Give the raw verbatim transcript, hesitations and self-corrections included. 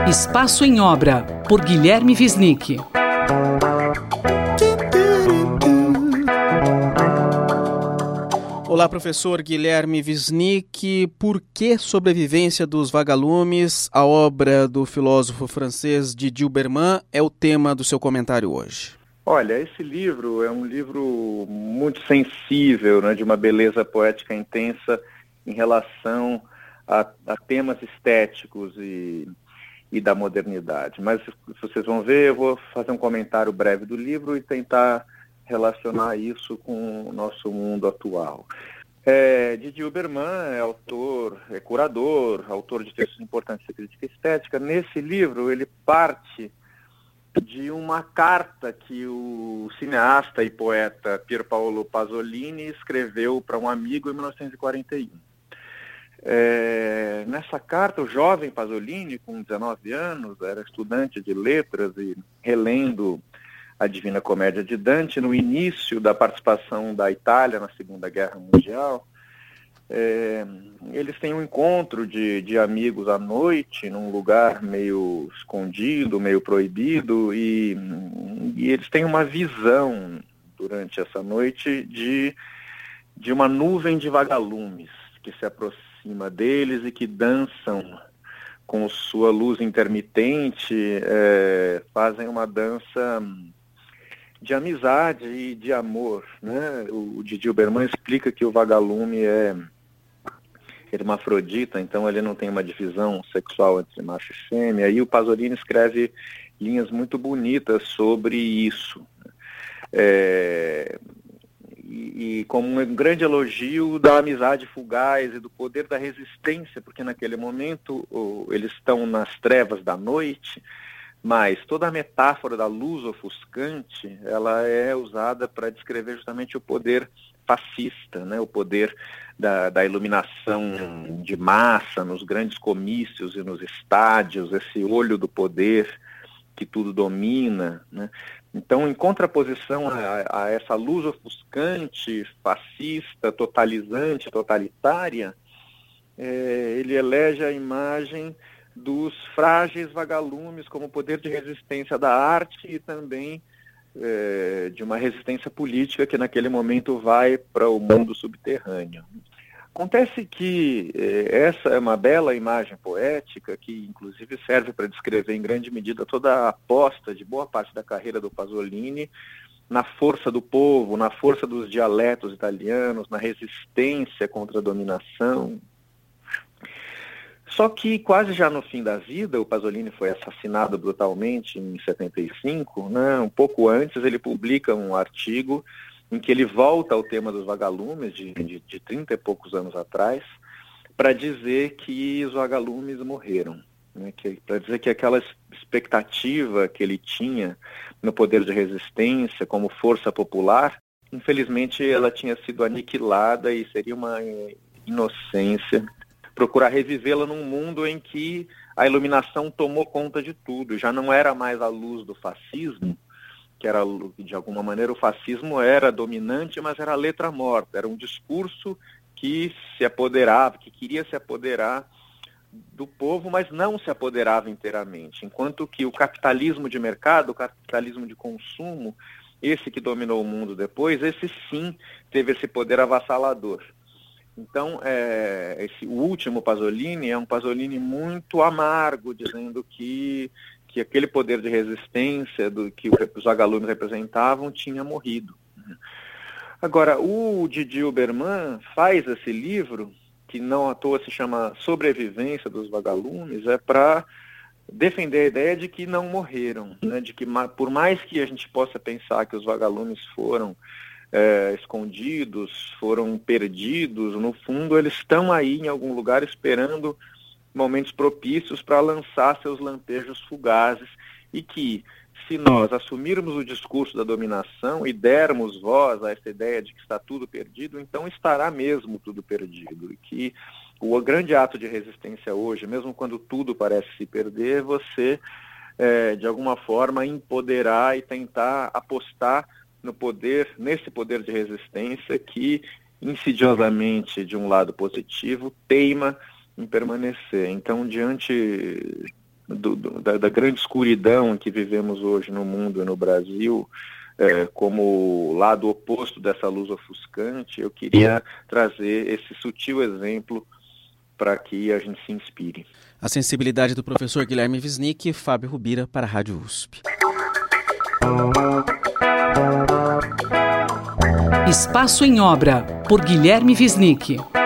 Espaço em Obra, por Guilherme Wisnik. Olá, professor Guilherme Wisnik. Por que Sobrevivência dos Vagalumes, a obra do filósofo francês Didier Uberman, é o tema do seu comentário hoje? Olha, esse livro é um livro muito sensível, né, de uma beleza poética intensa em relação a, a temas estéticos e, e da modernidade. Mas, se vocês vão ver, eu vou fazer um comentário breve do livro e tentar relacionar isso com o nosso mundo atual. É, Didier Uberman é autor, é curador, autor de textos importantes de crítica estética. Nesse livro, ele parte de uma carta que o cineasta e poeta Pier Paolo Pasolini escreveu para um amigo em mil novecentos e quarenta e um. É, nessa carta, o jovem Pasolini, com dezenove anos, era estudante de letras e relendo a Divina Comédia de Dante, no início da participação da Itália na Segunda Guerra Mundial. É, eles têm um encontro de, de amigos à noite, num lugar meio escondido, meio proibido, e, e eles têm uma visão durante essa noite de, de uma nuvem de vagalumes que se aproxima deles e que dançam com sua luz intermitente, é, fazem uma dança de amizade e de amor, né? O Didier Uberman explica que o vagalume é hermafrodita, então ele não tem uma divisão sexual entre macho e fêmea, e o Pasolini escreve linhas muito bonitas sobre isso. É, e, e como um grande elogio da amizade fugaz e do poder da resistência, porque naquele momento oh, eles estão nas trevas da noite, mas toda a metáfora da luz ofuscante, ela é usada para descrever justamente o poder fascista, né? O poder da, da iluminação de massa nos grandes comícios e nos estádios, esse olho do poder que tudo domina, né? Então, em contraposição a, a essa luz ofuscante, fascista, totalizante, totalitária, é, ele elege a imagem dos frágeis vagalumes como poder de resistência da arte e também é, de uma resistência política que naquele momento vai para o mundo subterrâneo. Acontece que é, essa é uma bela imagem poética que inclusive serve para descrever em grande medida toda a aposta de boa parte da carreira do Pasolini na força do povo, na força dos dialetos italianos, na resistência contra a dominação. Só que quase já no fim da vida, o Pasolini foi assassinado brutalmente em setenta e cinco, né? Um pouco antes ele publica um artigo em que ele volta ao tema dos vagalumes, de, de, de trinta e poucos anos atrás, para dizer que os vagalumes morreram, né? Para dizer que aquela expectativa que ele tinha no poder de resistência como força popular, infelizmente ela tinha sido aniquilada e seria uma inocência procurar revivê-la num mundo em que a iluminação tomou conta de tudo. Já não era mais a luz do fascismo, que era, de alguma maneira, o fascismo era dominante, mas era a letra morta, era um discurso que se apoderava, que queria se apoderar do povo, mas não se apoderava inteiramente. Enquanto que o capitalismo de mercado, o capitalismo de consumo, esse que dominou o mundo depois, esse sim teve esse poder avassalador. Então, é, esse, o último Pasolini é um Pasolini muito amargo, dizendo que, que aquele poder de resistência do que os vagalumes representavam tinha morrido. Agora, o Didier Uberman faz esse livro, que não à toa se chama Sobrevivência dos Vagalumes, é para defender a ideia de que não morreram, né? De que por mais que a gente possa pensar que os vagalumes foram É, escondidos, foram perdidos, no fundo eles estão aí em algum lugar esperando momentos propícios para lançar seus lampejos fugazes e que, se nós assumirmos o discurso da dominação e dermos voz a essa ideia de que está tudo perdido, então estará mesmo tudo perdido. E que o grande ato de resistência hoje, mesmo quando tudo parece se perder, você, é, de alguma forma, empoderar e tentar apostar no poder, nesse poder de resistência que, insidiosamente, de um lado positivo, teima em permanecer. Então, diante do, do, da, da grande escuridão em que vivemos hoje no mundo e no Brasil, é, como lado oposto dessa luz ofuscante, eu queria trazer esse sutil exemplo para que a gente se inspire. A sensibilidade do professor Guilherme Wisnik, Fábio Rubira para a Rádio U S P. Espaço em Obra, por Guilherme Wisnik.